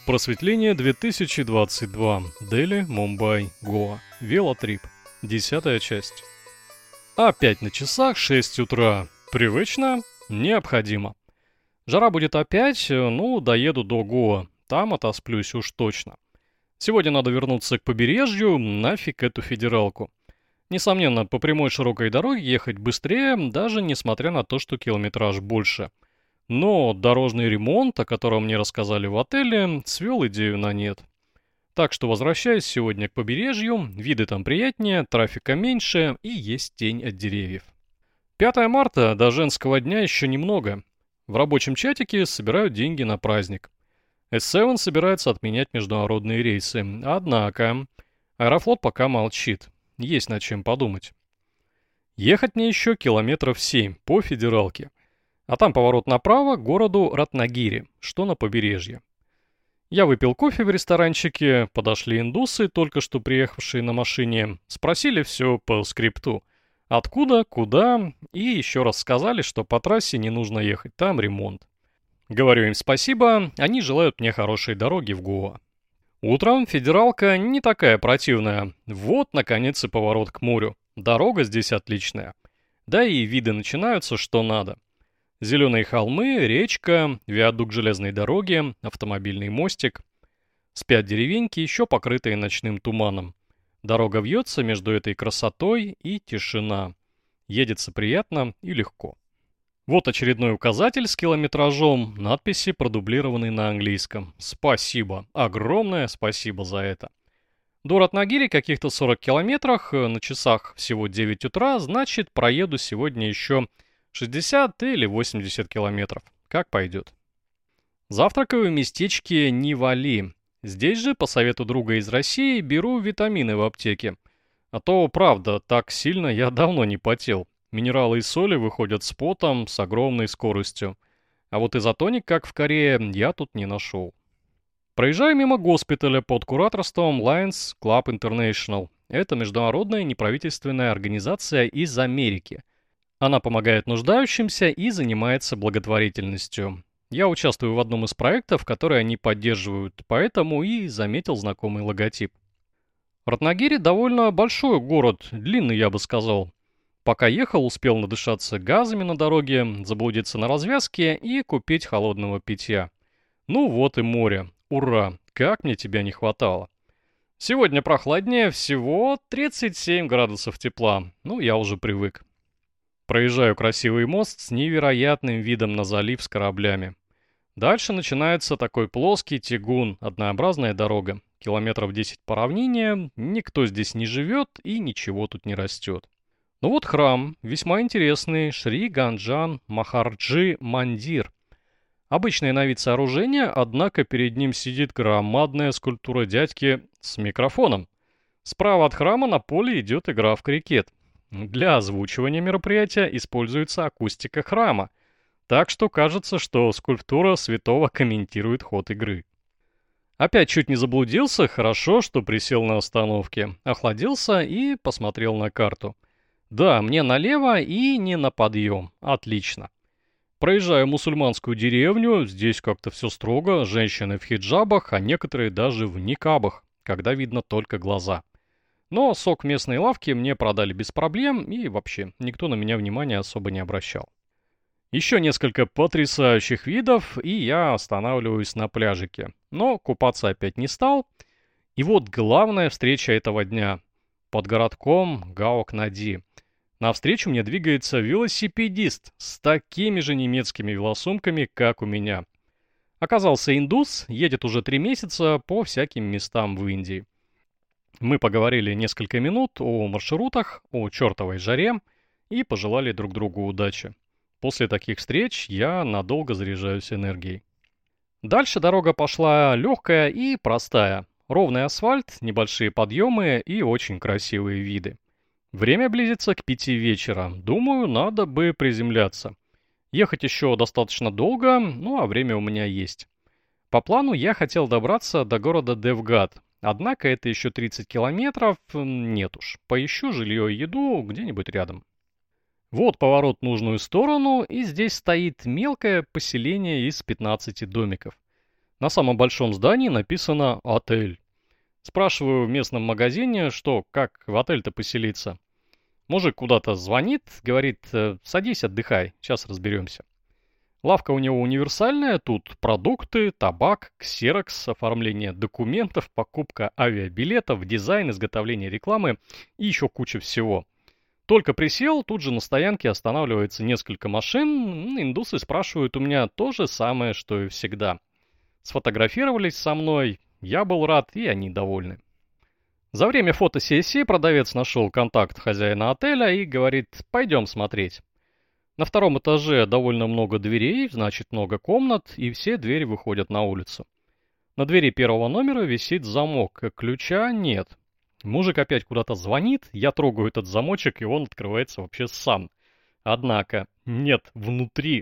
Просветление 2022. Дели, Мумбай, Гоа. Велотрип. 10 часть. Опять на часах 6 утра. Привычно? Необходимо. Жара будет опять, доеду до Гоа. Там отосплюсь уж точно. Сегодня надо вернуться к побережью, нафиг эту федералку. Несомненно, по прямой широкой дороге ехать быстрее, даже несмотря на то, что километраж больше. Но дорожный ремонт, о котором мне рассказали в отеле, свел идею на нет. Так что возвращаюсь сегодня к побережью, виды там приятнее, трафика меньше и есть тень от деревьев. 5 марта, до женского дня еще немного. В рабочем чатике собирают деньги на праздник. S7 собирается отменять международные рейсы, однако Аэрофлот пока молчит, есть над чем подумать. Ехать мне еще километров 7 по федералке. А там поворот направо к городу Ратнагири, что на побережье. Я выпил кофе в ресторанчике, подошли индусы, только что приехавшие на машине, спросили все по скрипту. Откуда, куда, и еще раз сказали, что по трассе не нужно ехать, там ремонт. Говорю им спасибо, они желают мне хорошей дороги в Гоа. Утром федералка не такая противная. Вот, наконец, и поворот к морю. Дорога здесь отличная. Да и виды начинаются, что надо. Зеленые холмы, речка, виадук железной дороги, автомобильный мостик. Спят деревеньки, еще покрытые ночным туманом. Дорога вьется между этой красотой и тишина. Едется приятно и легко. Вот очередной указатель с километражом, надписи продублированные на английском. Спасибо, огромное спасибо за это. До Ратнагири каких-то 40 километрах, на часах всего 9 утра, значит проеду сегодня еще 60 или 80 километров. Как пойдет. Завтракаю в местечке Нивали. Здесь же, по совету друга из России, беру витамины в аптеке. А то, правда, так сильно я давно не потел. Минералы и соли выходят с потом с огромной скоростью. А вот изотоник, как в Корее, я тут не нашел. Проезжаю мимо госпиталя под кураторством Lions Club International. Это международная неправительственная организация из Америки. Она помогает нуждающимся и занимается благотворительностью. Я участвую в одном из проектов, которые они поддерживают, поэтому и заметил знакомый логотип. Ратнагири довольно большой город, длинный, я бы сказал. Пока ехал, успел надышаться газами на дороге, заблудиться на развязке и купить холодного питья. Ну вот и море. Ура! Как мне тебя не хватало. Сегодня прохладнее, всего 37 градусов тепла. Я уже привык. Проезжаю красивый мост с невероятным видом на залив с кораблями. Дальше начинается такой плоский тягун, однообразная дорога. Километров 10 по равнине, никто здесь не живет и ничего тут не растет. Ну вот храм, весьма интересный, Шри Ганджан Махарджи Мандир. Обычное на вид сооружение, однако перед ним сидит громадная скульптура дядьки с микрофоном. Справа от храма на поле идет игра в крикет. Для озвучивания мероприятия используется акустика храма, так что кажется, что скульптура святого комментирует ход игры. Опять чуть не заблудился, хорошо, что присел на остановке, охладился и посмотрел на карту. Да, мне налево и не на подъем, отлично. Проезжаю мусульманскую деревню, здесь как-то все строго, женщины в хиджабах, а некоторые даже в никабах, когда видно только глаза. Но сок местной лавки мне продали без проблем, и вообще никто на меня внимания особо не обращал. Еще несколько потрясающих видов, и я останавливаюсь на пляжике. Но купаться опять не стал. И вот главная встреча этого дня. Под городком Гаок-Нади. Навстречу мне двигается велосипедист с такими же немецкими велосумками, как у меня. Оказался индус, едет уже 3 месяца по всяким местам в Индии. Мы поговорили несколько минут о маршрутах, о чертовой жаре и пожелали друг другу удачи. После таких встреч я надолго заряжаюсь энергией. Дальше дорога пошла легкая и простая. Ровный асфальт, небольшие подъемы и очень красивые виды. Время близится к 5 вечера. Думаю, надо бы приземляться. Ехать еще достаточно долго, а время у меня есть. По плану я хотел добраться до города Девгат. Однако это еще 30 километров, нет уж, поищу жилье и еду где-нибудь рядом. Вот поворот в нужную сторону, и здесь стоит мелкое поселение из 15 домиков. На самом большом здании написано «Отель». Спрашиваю в местном магазине, что, как в отель-то поселиться. Мужик куда-то звонит, говорит: «Садись, отдыхай, сейчас разберемся». Лавка у него универсальная, тут продукты, табак, ксерокс, оформление документов, покупка авиабилетов, дизайн, изготовление рекламы и еще куча всего. Только присел, тут же на стоянке останавливается несколько машин, индусы спрашивают у меня то же самое, что и всегда. Сфотографировались со мной, я был рад, и они довольны. За время фотосессии продавец нашел контакт хозяина отеля и говорит: «Пойдем смотреть». На втором этаже довольно много дверей, значит много комнат, и все двери выходят на улицу. На двери первого номера висит замок, ключа нет. Мужик опять куда-то звонит, я трогаю этот замочек, и он открывается вообще сам. Однако, нет, внутри,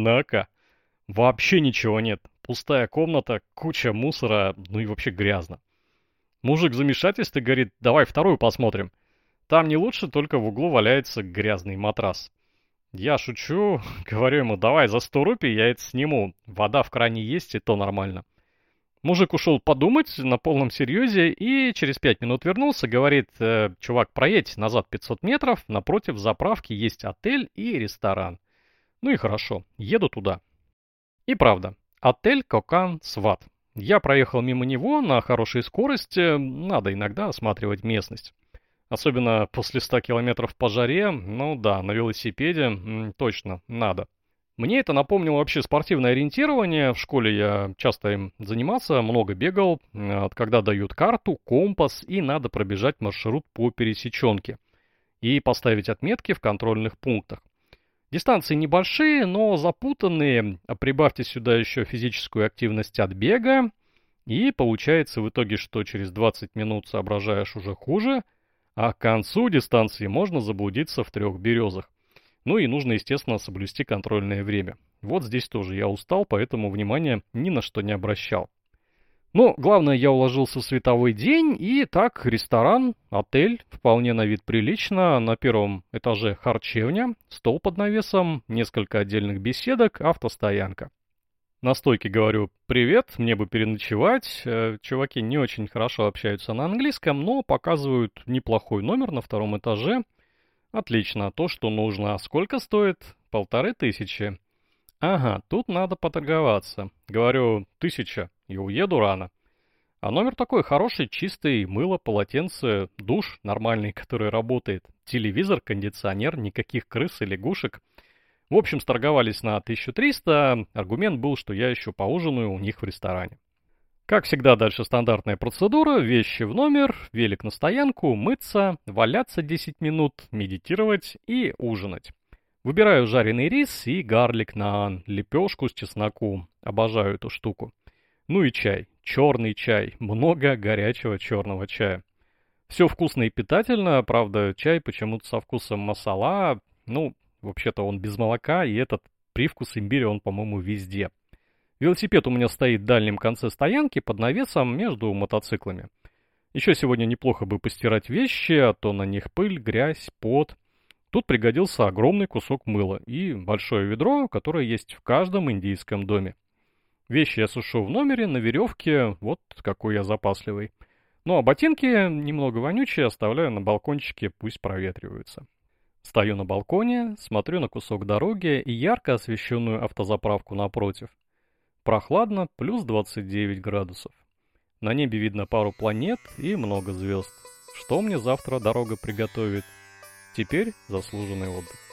вообще ничего нет. Пустая комната, куча мусора, ну и вообще грязно. Мужик в замешательстве говорит: «Давай вторую посмотрим». Там не лучше, только в углу валяется грязный матрас. Я шучу, говорю ему: «Давай за 100 рупий я это сниму, вода в кране есть, и то нормально». Мужик ушел подумать на полном серьезе и через 5 минут вернулся, говорит: «Чувак, проедь назад 500 метров, напротив заправки есть отель и ресторан». Ну и хорошо, еду туда. И правда, отель Кокан Сват. Я проехал мимо него на хорошей скорости, надо иногда осматривать местность. Особенно после 100 километров по жаре, ну да, на велосипеде точно надо. Мне это напомнило вообще спортивное ориентирование. В школе я часто им занимался, много бегал, когда дают карту, компас и надо пробежать маршрут по пересеченке и поставить отметки в контрольных пунктах. Дистанции небольшие, но запутанные, а прибавьте сюда еще физическую активность от бега, и получается в итоге, что через 20 минут соображаешь уже хуже, а к концу дистанции можно заблудиться в 3 березах. Ну и нужно, естественно, соблюсти контрольное время. Вот здесь тоже я устал, поэтому внимания ни на что не обращал. Но главное, я уложился в световой день, и так ресторан, отель, вполне на вид прилично. На первом этаже харчевня, стол под навесом, несколько отдельных беседок, автостоянка. На стойке говорю: «Привет, мне бы переночевать». Чуваки не очень хорошо общаются на английском, но показывают неплохой номер на 2 этаже. Отлично, то, что нужно. А сколько стоит? 1500. Ага, тут надо поторговаться. Говорю: 1000, и уеду рано. А номер такой хороший, чистый, мыло, полотенце, душ нормальный, который работает, телевизор, кондиционер, никаких крыс и лягушек. В общем, сторговались на 1300, аргумент был, что я еще поужинаю у них в ресторане. Как всегда, дальше стандартная процедура: вещи в номер, велик на стоянку, мыться, валяться 10 минут, медитировать и ужинать. Выбираю жареный рис и гарлик наан, лепешку с чесноком. Обожаю эту штуку. Ну и чай. Черный чай. Много горячего черного чая. Все вкусно и питательно, правда, чай почему-то со вкусом масала. Ну, вообще-то он без молока, и этот привкус имбиря, он, по-моему, везде. Велосипед у меня стоит в дальнем конце стоянки под навесом между мотоциклами. Еще сегодня неплохо бы постирать вещи, а то на них пыль, грязь, пот. Тут пригодился огромный кусок мыла и большое ведро, которое есть в каждом индийском доме. Вещи я сушу в номере на веревке, вот какой я запасливый. Ну а ботинки, немного вонючие, оставляю на балкончике, пусть проветриваются. Стою на балконе, смотрю на кусок дороги и ярко освещенную автозаправку напротив. Прохладно, плюс 29 градусов. На небе видно пару планет и много звезд. Что мне завтра дорога приготовит? Теперь заслуженный отдых.